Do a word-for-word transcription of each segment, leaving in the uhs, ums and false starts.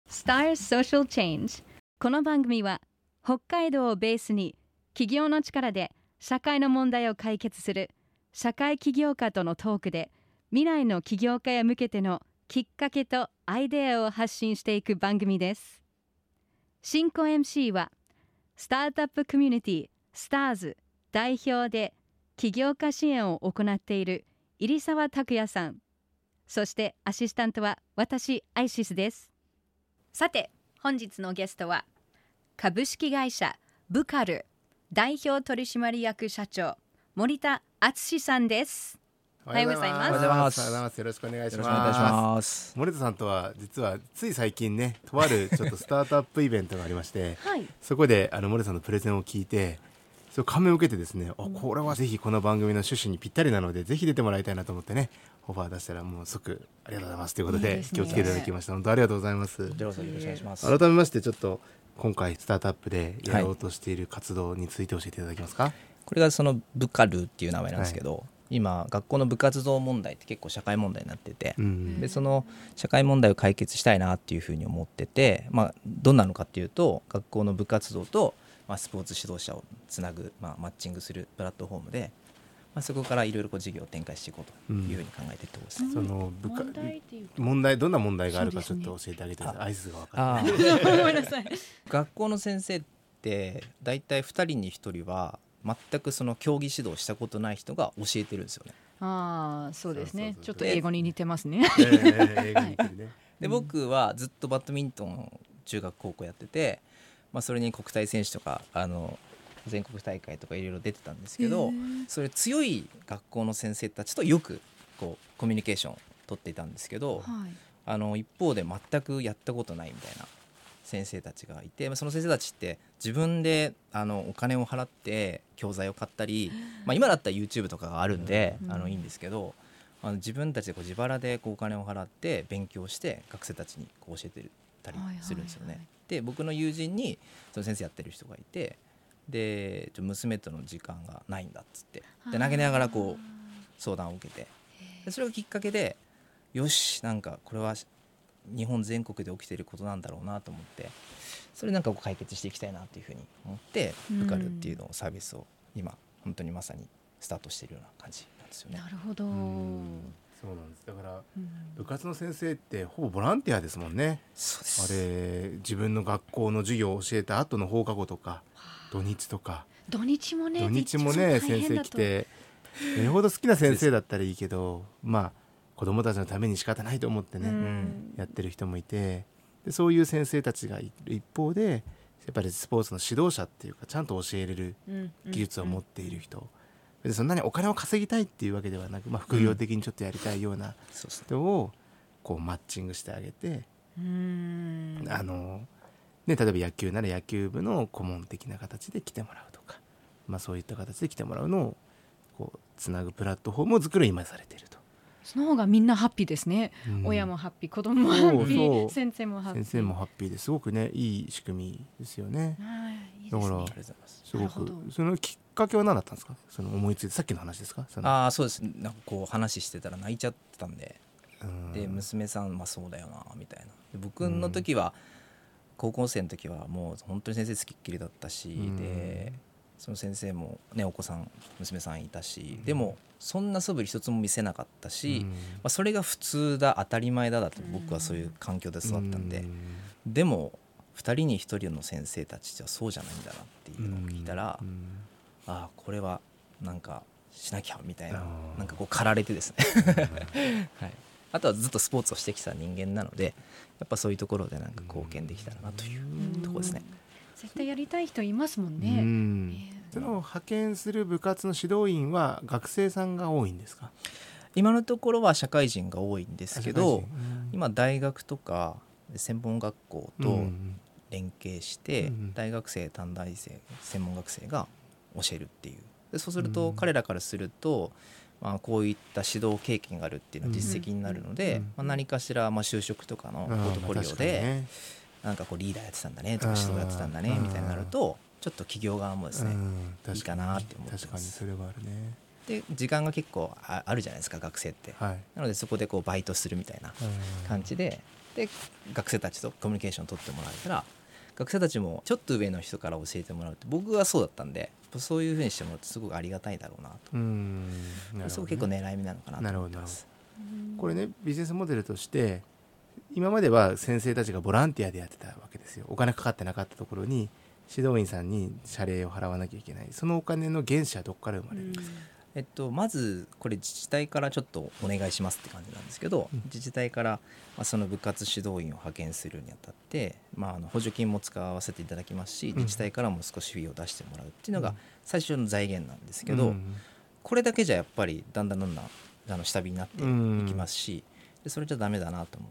Star Social Change。 この番組は北海道をベースに企業の力で社会の問題を解決する社会起業家とのトークで、未来の起業家へ向けてのきっかけとアイデアを発信していく番組です。進行 エムシー はスタートアップコミュニティ スターズ 代表で起業家支援を行っている入澤拓也さん、そしてアシスタントは私アイシスです。さて本日のゲストは株式会社ブカル代表取締役社長森田敦さんです。おはようございます。 おはようございます。おはようございます。よろしくお願いします。よろしくお願いします。森田さんとは実はつい最近ね、とあるちょっとスタートアップイベントがありまして、はい、そこであの森田さんのプレゼンを聞いて、それ感銘を受けてですね、あ、これはぜひこの番組の趣旨にぴったりなのでぜひ出てもらいたいなと思ってね、オファー出したらもう即ありがとうございますということで、いいですね、今日来ていただきました。本当ありがとうございます。よろしくお願いします。改めましてちょっと今回スタートアップでやろうとしている活動について教えていただけますか。はい、 これがそのブカルっていう名前なんですけど、はい、今学校の部活動問題って結構社会問題になってて、うん、でその社会問題を解決したいなっていうふうに思ってて、まあ、どんなのかっていうと、学校の部活動と、まあ、スポーツ指導者をつなぐ、まあ、マッチングするプラットフォームで、まあ、そこからいろいろ事業を展開していこうというふうに考えているところです、ね。うん、その部問題っていう問題、どんな問題があるかちょっと教えてあげてください。合図が分かる。ごめんなさい。 学校の先生ってだいたいふたりにひとりは全くその競技指導したことない人が教えてるんですよね。 ああ、そうですね。ちょっと英語に似てますね。 で、僕はずっとバドミントン中学高校やってて、まあ、それに国体選手とかあの全国大会とかいろいろ出てたんですけど、それ強い学校の先生たちとよくこうコミュニケーションを取っていたんですけど、はい、あの一方で全くやったことないみたいな先生たちがいて、その先生たちって自分であのお金を払って教材を買ったり、まあ、今だったら YouTube とかがあるんで、うん、あのいいんですけど、あの自分たちでこう自腹でこうお金を払って勉強して学生たちにこう教えてたりするんですよね。はいはいはい、で僕の友人にその先生やってる人がいて、で娘との時間がないんだっつってで投げながらこう相談を受けて、でそれがきっかけで、よし、なんかこれは日本全国で起きていることなんだろうなと思って、それなんかこう解決していきたいなというふうに思ってブカルっていうのをサービスを今本当にまさにスタートしているような感じなんですよね。 なるほど。 そうなんです。だから部活の先生ってほぼボランティアですもんね。 そうです。 あれ自分の学校の授業を教えた後の放課後とか土日とか、 土日もね土日もね先生来て、よほど好きな先生だったらいいけど、まあ子どもたちのために仕方ないと思ってね、うん、やってる人もいて、でそういう先生たちがいる一方で、やっぱりスポーツの指導者っていうかちゃんと教えれる技術を持っている人、うんうんうん、でそんなにお金を稼ぎたいっていうわけではなく、まあ、副業的にちょっとやりたいような人をこうマッチングしてあげて、うん、あのね、例えば野球なら野球部の顧問的な形で来てもらうとか、まあ、そういった形で来てもらうのをこうつなぐプラットフォームを作る今されていると。 その方がみんなハッピーですね。うん、親もハッピー、子供もハッピー、先生もハッピー。 先生もハッピーですごくね、いい仕組みですよね。 いいですね。 だからすごくそのきっかけは何だったんですか。その思いついて、さっきの話ですか。そのあ、そうです。なんかこう話してたら泣いちゃってたんで、うんで娘さん、まあ、そうだよなみたいな。で僕の時は、うん、高校生の時はもう本当に先生つきっきりだったし、うん、でその先生も、ね、お子さん娘さんいたし、でもそんな素振り一つも見せなかったし、うんまあ、それが普通だ当たり前だだと僕はそういう環境で育ったんで、うん、でもふたりにひとりの先生たちはそうじゃないんだなっていうのを聞いたら、うん、ああこれはなんかしなきゃみたいな、なんかこう駆られてですね、はい、あとはずっとスポーツをしてきた人間なので、やっぱそういうところでなんか貢献できたらなというところですね。 絶対やりたい人いますもんね。 うん、えー、その派遣する部活の指導員は学生さんが多いんですか。 今のところは社会人が多いんですけど、うん、今大学とか専門学校と連携して、うん、大学生短大生専門学生が教えるっていう。でそうすると彼らからすると、まあ、こういった指導経験があるっていうのは実績になるので、うんまあ、何かしらまあ就職とかのポートフォリオでなんかこうリーダーやってたんだねとか指導やってたんだねみたいになると、ちょっと企業側もですね、いいかなって思ってます。 確かにそれはあるね。 で時間が結構 あ, あるじゃないですか学生って、はい、なのでそこでこうバイトするみたいな感じでで学生たちとコミュニケーションを取ってもらえたら、学生たちもちょっと上の人から教えてもらうって、僕はそうだったんで、そういうふうにしてもらうとすごくありがたいだろうなと。 うん、なるほどね、 そこ結構狙い目なのかなと思ってます。 これね、ビジネスモデルとして今までは先生たちがボランティアでやってたわけですよ。お金かかってなかったところに指導員さんに謝礼を払わなきゃいけない。そのお金の原資はどこから生まれるんですか？ えっと、まずこれ自治体からちょっとお願いしますって感じなんですけど、うん、自治体から、まあ、その部活指導員を派遣するにあたって、まあ、あの補助金も使わせていただきますし、自治体からも少し費用を出してもらうっていうのが最初の財源なんですけど、うん、これだけじゃやっぱりだんだんだんだんあの下火になっていきますし、でそれじゃダメだなと思って、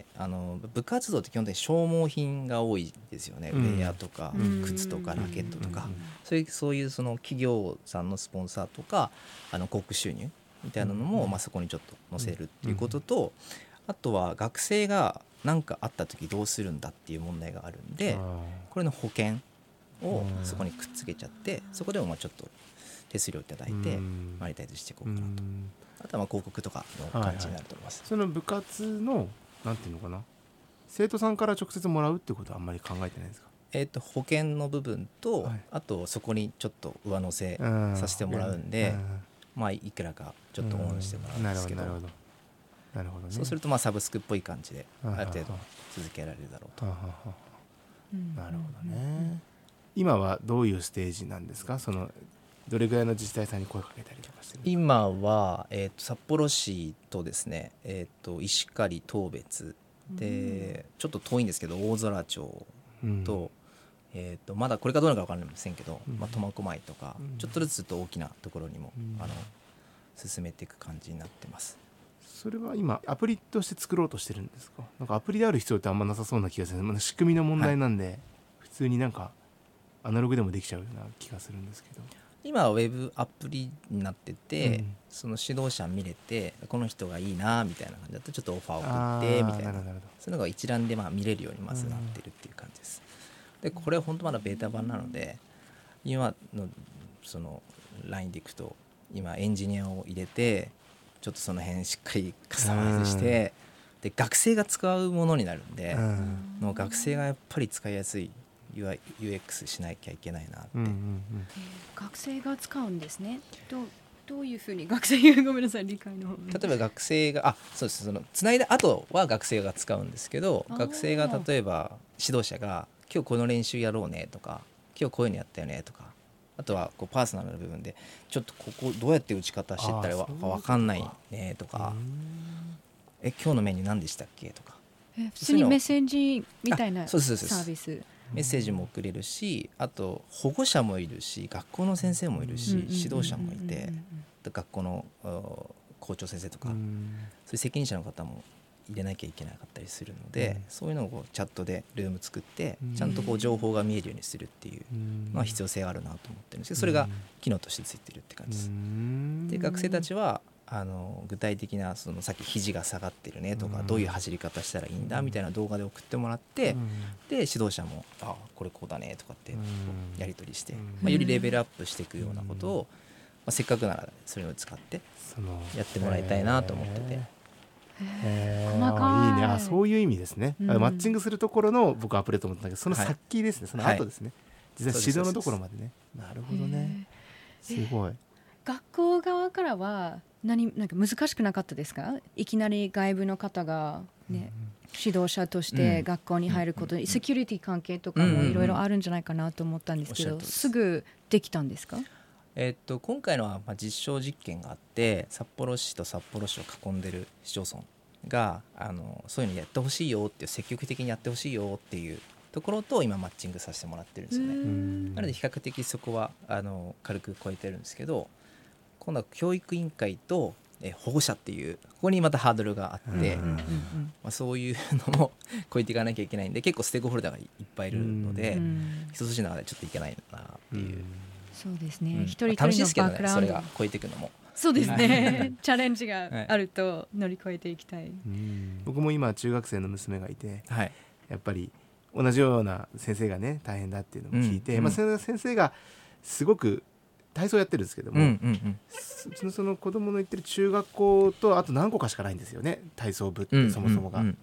あの部活動って基本的に消耗品が多いですよね、うん、ウェアとか靴とかラケットとか、うん、そういう、そういうその企業さんのスポンサーとかあの広告収入みたいなのも、うん、まあ、そこにちょっと載せるっていうことと、うん、あとは学生が何かあった時どうするんだっていう問題があるんで、これの保険をそこにくっつけちゃって、そこでもまあちょっと手数料いただいてマネタイズしていこうかなと。あとはまあ広告とかの感じになると思います。 はいはい、その部活のなんていうのかな、生徒さんから直接もらうってことはあんまり考えてないですか？ えー、と保険の部分と、はい、あとそこにちょっと上乗せさせてもらうんで、うん、まあいくらかちょっとオンしてもらうんですけど、 なるほどなるほどね。 そうするとまあサブスクっぽい感じである程度続けられるだろうと。 なるほどね。今はどういうステージなんですか？そのどれぐらいの自治体さんに声かけたりとかしてる？ 今は、えー、と札幌市とですね、えー、と石狩当別で、ちょっと遠いんですけど大空町と、うん、えー、とまだこれからどうなるか分かりませんけど、うん、まあ、苫小牧とか、うん、ちょっとずつと大きなところにも、うん、あの進めていく感じになってます。 それは今アプリとして作ろうとしてるんですか？なんかアプリである必要ってあんまなさそうな気がする、まあ、仕組みの問題なんで、はい、普通になんかアナログでもできちゃうような気がするんですけど、 今はウェブアプリになってて、うん、その指導者見れてこの人がいいなみたいな感じだとちょっとオファーを送ってみたいな、そういうのが一覧でまあ見れるようにまずなってるっていう感じです。でこれは本当まだベータ版なので、今のそのラインでいくと今エンジニアを入れてちょっとその辺しっかりカスタマイズして、で学生が使うものになるんで、もう学生がやっぱり使いやすい ユーアイ ユーエックス しなきゃいけないなって、うんうんうん、 学生が使うんですね。どう、どういうふうに学生がごめんなさい理解の方例えば学生があそうです、そのつないだ後は学生が使うんですけど、学生が例えば指導者が今日この練習やろうねとか、今日こういうのやったよねとか、あとはこうパーソナルな部分でちょっとここどうやって打ち方してったら分かんないねとか、え今日のメニュー何でしたっけとか、 え普通にメッセージみたいなサービス、 メッセージも送れるし、あと保護者もいるし学校の先生もいるし、指導者もいて、学校の校長先生とか、そういう責任者の方も入れなきゃいけなかったりするので、うん、そういうのをこうチャットでルーム作ってちゃんとこう情報が見えるようにするっていうのは必要性があるなと思ってるんですけど、それが機能としてついてるって感じです。で学生たちはあの具体的なそのさっき肘が下がってるねとか、どういう走り方したらいいんだみたいな動画で送ってもらって、で指導者もあこれこうだねとかってやり取りして、まあ、よりレベルアップしていくようなことを、まあ、せっかくならそれを使ってやってもらいたいなと思ってて。 えー、細かい。いいね。あ、そういう意味ですね、うん、マッチングするところの僕アプリと思ったんだけど、その先ですね、はい、その後ですね、はい、実際指導のところまでね。なるほどね、すごい。 学校側からは何なんか難しくなかったですか？いきなり外部の方が、ね、うん、指導者として学校に入ること、うん、セキュリティ関係とかもいろいろあるんじゃないかなと思ったんですけど、うんうんうん、すぐできたんですか？ えー、っと今回のはまあ実証実験があって、札幌市と札幌市を囲んでる市町村があのそういうのやってほしいよっていう、積極的にやってほしいよっていうところと今マッチングさせてもらってるんですよね。なので比較的そこはあの軽く超えてるんですけど、今度は教育委員会とえ保護者っていうここにまたハードルがあって、まあ、そういうのも超えていかなきゃいけないんで、結構ステークホルダーがいっぱいいるので、一筋縄でちょっといけないなっていう。 そうですね、うん、一人一人のバックグラウンド、 楽しいですけどね、それが超えていくのも。 そうですねチャレンジがあると乗り越えていきたい、はい、 僕も今中学生の娘がいて、 はい、 やっぱり同じような先生がね大変だっていうのも聞いて、うんまあ、その先生がすごく体操やってるんですけども、うんうんうん、うちのその子供の行ってる中学校とあと何個かしかないんですよね、体操部ってそもそもが、うんうんうん、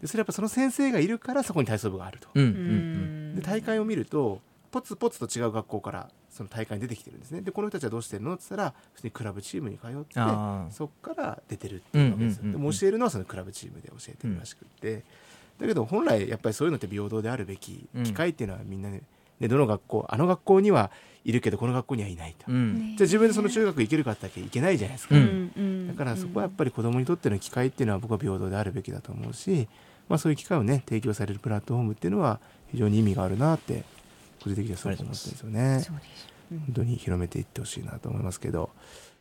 でそれやっぱその先生がいるからそこに体操部があると、 うんうんうん、 で大会を見るとポツポツと違う学校からその大会に出てきてるんですね。でこの人たちはどうしてるのって言ったら普通にクラブチームに通ってそこから出てるっていうわけですよ、うんうんうんうん、でも教えるのはそのクラブチームで教えてるらしくて、うん、だけど本来やっぱりそういうのって平等であるべき、うん、機会っていうのはみんなねでどの学校あの学校にはいるけどこの学校にはいないと、うん、じゃあ自分でその中学行けるかってだけ行けないじゃないですか、うん、だからそこはやっぱり子どもにとっての機会っていうのは僕は平等であるべきだと思うし、まあ、そういう機会をね提供されるプラットフォームっていうのは非常に意味があるなって個人的にはそう思ってるんですよね。そうです、うん、本当に広めていってほしいなと思いますけど。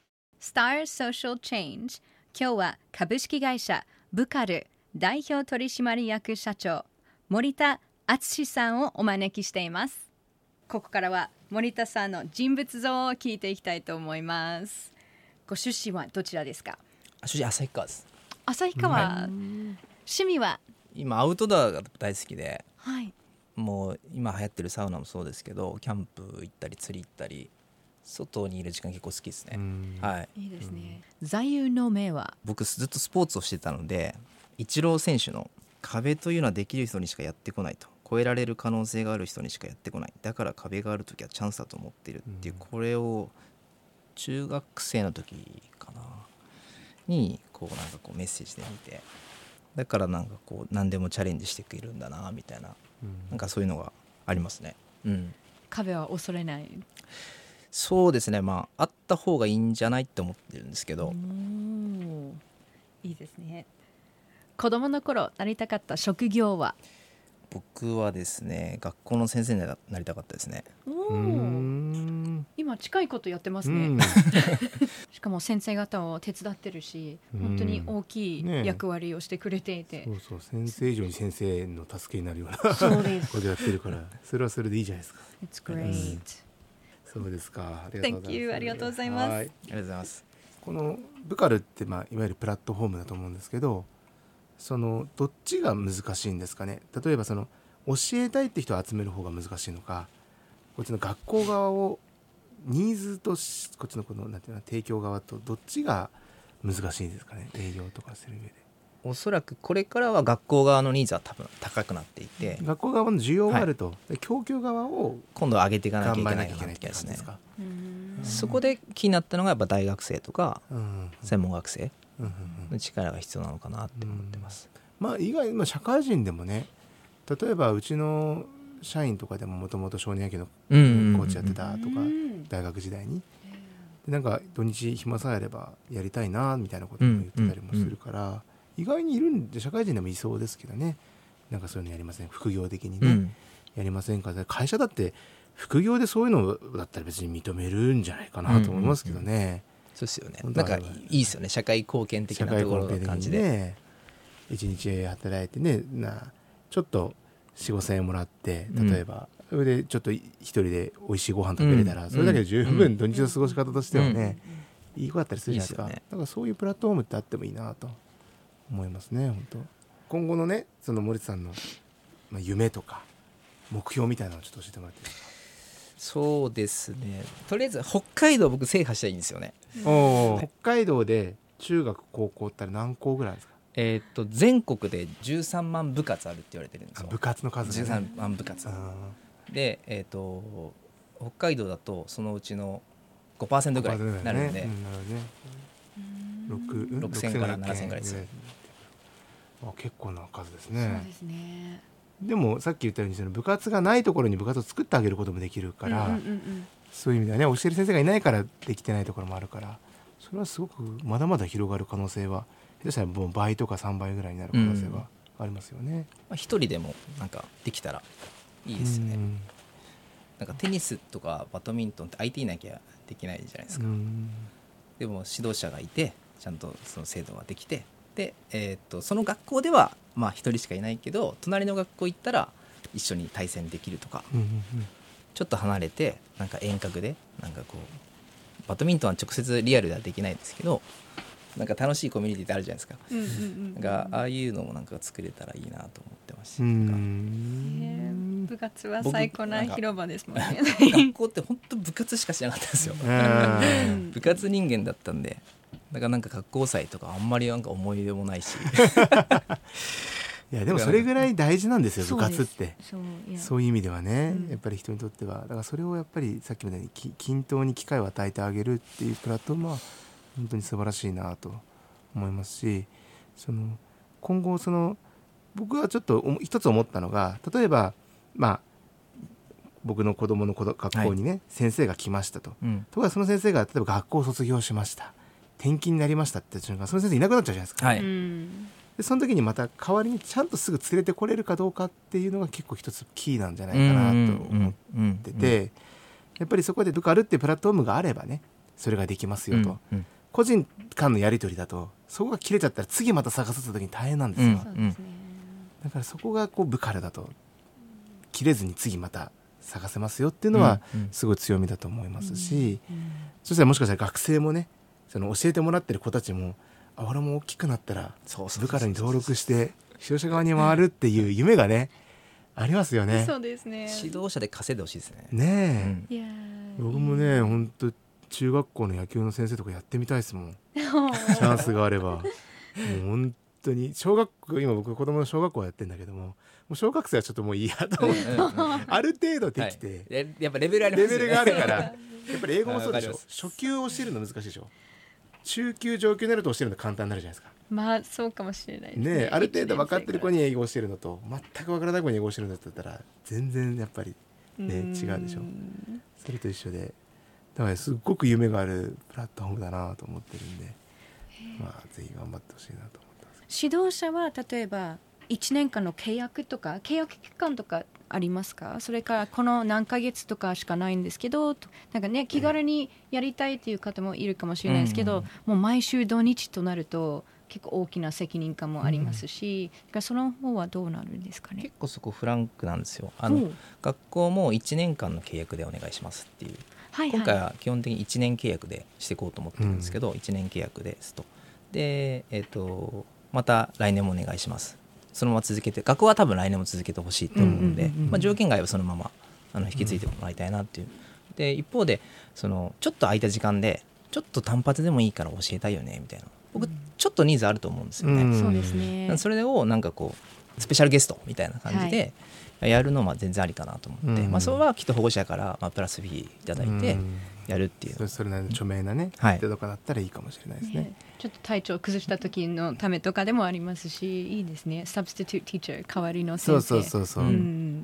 Star Social Change、 今日は株式会社ブカル代表取締役社長森田敦さんをお招きしています。ここからは森田さんの人物像を聞いていきたいと思います。ご出身はどちらですか？ 出身旭川です。 旭川、はい、趣味は今アウトドアが大好きで、 はい、 もう今流行ってるサウナもそうですけどキャンプ行ったり釣り行ったり外にいる時間結構好きですね。はい、 いいですね。座右の銘は？ 僕ずっとスポーツをしてたのでイチロー選手の壁というのはできる人にしかやってこないと、超えられる可能性がある人にしかやってこない、だから壁があるときはチャンスだと思っているっていう、これを中学生の時かなにこうなんかこうメッセージで見て、だからなんかこう何でもチャレンジしてくれるんだなみたいな、なんかそういうのがありますね、うん、 壁は恐れない？ そうですね、まああった方がいいんじゃないって思ってるんですけど。 いいですね。子供の頃なりたかった職業は？ 僕はですね学校の先生になりたかったですね。 おー、今近いことやってますねしかも先生方を手伝ってるし本当に大きい役割をしてくれていて、 ね、そうそう先生以上に先生の助けになるようなそうですことやってるからそれはそれでいいじゃないですか。 It's great、うん、 そうですか。ありがとうございます。 Thank you、 ありがとうございます。 はい、ありがとうございます。 このブカルって、まあ、いわゆるプラットフォームだと思うんですけど、そのどっちが難しいんですかね。例えばその教えたいって人を集める方が難しいのか、こっちの学校側をニーズとしこっちのこのなんていうの提供側とどっちが難しいんですかね、営業とかする上で。 おそらくこれからは学校側のニーズは多分高くなっていて、 学校側の需要があると、はい、供給側を今度は上げていかなきゃいけないかなってですね。そこで気になったのがやっぱ大学生とか専門学生の力が必要なのかなって思ってます。 うんうんうん、まあ意外、まあ、社会人でもね、例えばうちの社員とかでももともと少年野球のコーチやってたとか、大学時代にでなんか土日暇さえあればやりたいなみたいなことも言ってたりもするから、意外にいるんで社会人でもいそうですけどね。なんかそういうのやりません、副業的にね、うん、やりませんか。会社だって副業でそういうのだったら別に認めるんじゃないかなと思いますけどね、うんうんうん、 そうですよね。なんかいいですよね、社会貢献的なところの感じで、ね、 一日働いてねなちょっと よん,ごせんえんもらって例えば、うん、それでちょっと一人で美味しいご飯食べれたら、うん、それだけで十分土日の過ごし方としてはね、うん、いい子だったりするじゃないですか。いいですよね。だからそういうプラットフォームってあってもいいなと思いますね。本当今後のねその森田さんの、まあ、夢とか目標みたいなのをちょっと教えてもらっていいですか。 そうですね、とりあえず北海道僕制覇したいんですよね。 お北海道で中学高校って何校ぐらいですか。 えー、っと全国でじゅうさんまん部活あるって言われてるんですよ。 部活の数、ね、 じゅうさんまん部活で、えー、っと北海道だとそのうちの ごパーセント ぐらいになるんで、ろくせんからななせんぐらいですよ。 あ結構な数ですね。 そうですね。 でもさっき言ったようにその部活がないところに部活を作ってあげることもできるから、うんうんうんうん、そういう意味ではね教える先生がいないからできてないところもあるから、それはすごくまだまだ広がる可能性は下手したらもう倍とかさんばいぐらいになる可能性はありますよね。 まあ、一人でもなんかできたらいいですね。うんなんかテニスとかバドミントンって相手いなきゃできないじゃないですか。うんでも指導者がいてちゃんとその制度ができてで、えー、っとその学校ではまあひとりしかいないけど隣の学校行ったら一緒に対戦できるとか、うんうんうん、ちょっと離れてなんか遠隔でなんかこうバドミントンは直接リアルではできないですけどなんか楽しいコミュニティってあるじゃないですか、うんうんうん、なんかああいうのもなんか作れたらいいなと思ってますし、 うん部活は最高な広場ですもんね。 学校って本当部活しかしなかったんですよ部活人間だったんでだからなんか学校祭とかあんまりなんか思い出もないしいやでもそれぐらい大事なんですよ部活って。 そういやそういう意味ではね、 うんやっぱり人にとってはだからそれをやっぱりさっきみたいにき均等に機会を与えてあげるっていうプラットフォームは本当に素晴らしいなと思いますし、その今後その僕はちょっとお一つ思ったのが、例えばまあ僕の子供の子ど学校にね、はい、先生が来ましたと、うん、ところがその先生が例えば学校を卒業しました、転勤になりましたって瞬間その先生いなくなっちゃうじゃないですか、はい、でその時にまた代わりにちゃんとすぐ連れてこれるかどうかっていうのが結構一つキーなんじゃないかなと思ってて、やっぱりそこで部下あるっていうプラットフォームがあればねそれができますよと、うんうん、個人間のやり取りだとそこが切れちゃったら次また探す時に大変なんですよ、うんうん、だからそこがこう部下だと切れずに次また探せますよっていうのはすごい強みだと思いますし、うんうん、そしたらもしかしたら学生もねその教えてもらってる子たちもあ俺も大きくなったら部下に登録して指導者側に回るっていう夢がねありますよね。 そうですね。 指導者で稼いでほしいですね。 ねえ、うん、僕もね本当中学校の野球の先生とかやってみたいですもんチャンスがあれば。もう本当に小学校今僕子供の小学校やってるんだけどももう小学生はちょっともういいやと思ってある程度できて、 はい、やっぱレベルありますよね。 レベルがあるからやっぱり英語もそうでしょ初級を教えるの難しいでしょ。中級上級になると教えるの簡単になるじゃないですか。 まあそうかもしれないです ね, ねある程度分かってる子に英語を教えるのと全く分からない子に英語を教えるのだったら全然やっぱり、ね、違うでしょ。それと一緒でだからすっごく夢があるプラットフォームだなと思ってるんで、まあ、ぜひ頑張ってほしいなと思ってます。 指導者は例えばいちねんかんの契約とか契約期間とかありますか？それからこの何ヶ月とかしかないんですけどなんかね気軽にやりたいっていう方もいるかもしれないですけど、うん、もう毎週土日となると結構大きな責任感もありますし、うん、その方はどうなるんですかね。 結構そこフランクなんですよ。あの、うん、学校もいちねんかんの契約でお願いしますっていう、はいはい、今回は基本的にいちねん契約でしていこうと思ってるんですけど、うん、いちねん契約ですとで、えーと、また来年もお願いしますそのまま続けて学校は多分来年も続けてほしいと思うので、うんうんうんうん、まあ、条件外はそのままあの引き継いでもらいたいなっていう、うん、で一方でそのちょっと空いた時間でちょっと単発でもいいから教えたいよねみたいな僕ちょっとニーズあると思うんですよね、うん、 そうですね。 それをなんかこうスペシャルゲストみたいな感じでやるのは全然ありかなと思って、うん、まあ、それはきっと保護者からまあプラスフィーいただいてやるっていう、 うん、それなりの著名なね人、はい、とかだったらいいかもしれないですね、ね。 ちょっと体調を崩した時のためとかでもありますしいいですね。サブスティテューティーチャー代わりの先生。 そうそうそうそう、うん、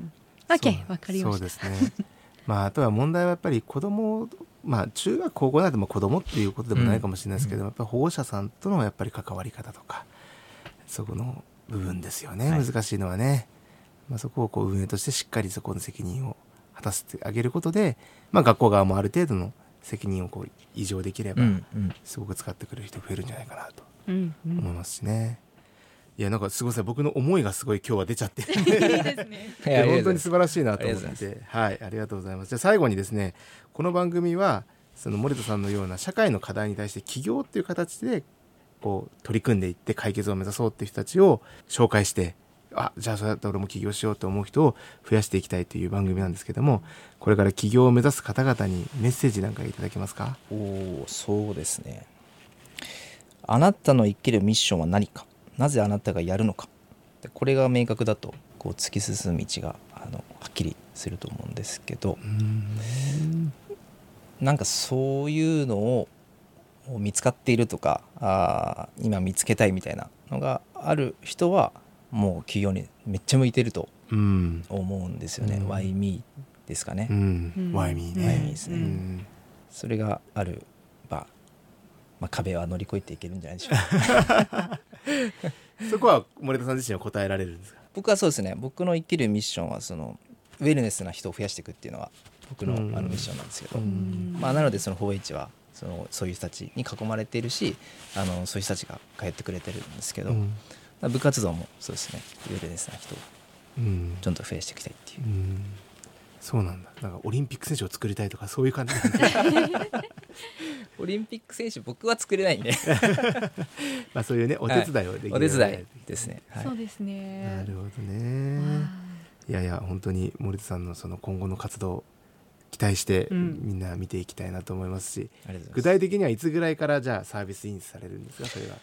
OK わかりました。 そうですねまあ、あとは問題はやっぱり子供まあ中学高校だと子供っていうことでもないかもしれないですけど、うん、やっぱり保護者さんとのやっぱり関わり方とかそこの部分ですよね、はい、難しいのはね、まあ、そこをこう運営としてしっかりそこの責任を果たしてあげることで、まあ、学校側もある程度の責任をこう移譲できればすごく使ってくれる人増えるんじゃないかなと思いますしね。いやなんかすごい僕の思いがすごい今日は出ちゃってるんでいいですね本当に素晴らしいなと思ってて、はい、ありがとうございます。じゃあ最後にですねこの番組はその森田さんのような社会の課題に対して起業っていう形でこう取り組んでいって解決を目指そうっていう人たちを紹介してあじゃあそうやって俺も起業しようと思う人を増やしていきたいという番組なんですけどもこれから起業を目指す方々にメッセージなんかいただけますか？ おそうですね。あなたの生きるミッションは何かなぜあなたがやるのかこれが明確だとこう突き進む道があのはっきりすると思うんですけどうんなんかそういうのを見つかっているとかあ今見つけたいみたいなのがある人はもう起業にめっちゃ向いてると思うんですよね、うん、Why Me ですかね、うん、 Why Me ね、 Why Me ですね、うん、それがある場、まあ、壁は乗り越えていけるんじゃないでしょうかそこは森田さん自身は答えられるんですか？ 僕はそうですね僕の生きるミッションはそのウェルネスな人を増やしていくっていうのは僕の、うん、あのミッションなんですけど、まあ、なのでその フォーエイチ はそのそういう人たちに囲まれているしあのそういう人たちが通ってくれてるんですけど、うん、部活動もそうですねウェルネスな人をちょっと増やしていきたいっていう、うん、 そうなんだ。なんかオリンピック選手を作りたいとかそういう感じオリンピック選手僕は作れないんでまあそういうねお手伝いをできる、 はい、お手伝いですね、 はい、そうですね。 なるほどね。いやいや本当に森田さんのその今後の活動期待してみんな見ていきたいなと思いますし、うん、具体的にはいつぐらいからじゃあサービスインされるんですか？それは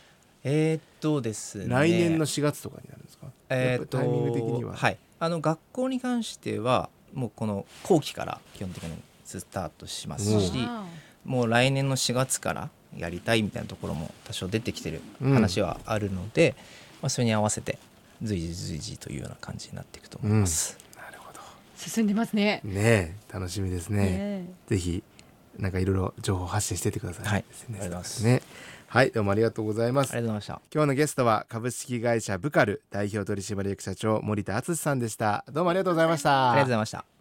えー、っとですね来年のしがつとかになるんですか？ えー、っとタイミング的には。 はい、あの学校に関してはもうこの後期から基本的にスタートしますし、もう来年のしがつからやりたいみたいなところも多少出てきてる話はあるので、うん、まあ、それに合わせて随時随時というような感じになっていくと思います、 うん、なるほど。 進んでますね。 ねえ、楽しみですね。 ね、 ぜひなんかいろいろ情報発信していってください。 はい、ありがとうございます。 ね、はい、どうもありがとうございます。 ありがとうございました。 今日のゲストは株式会社ブカル代表取締役社長森田敦さんでした。どうもありがとうございました。 ありがとうございました。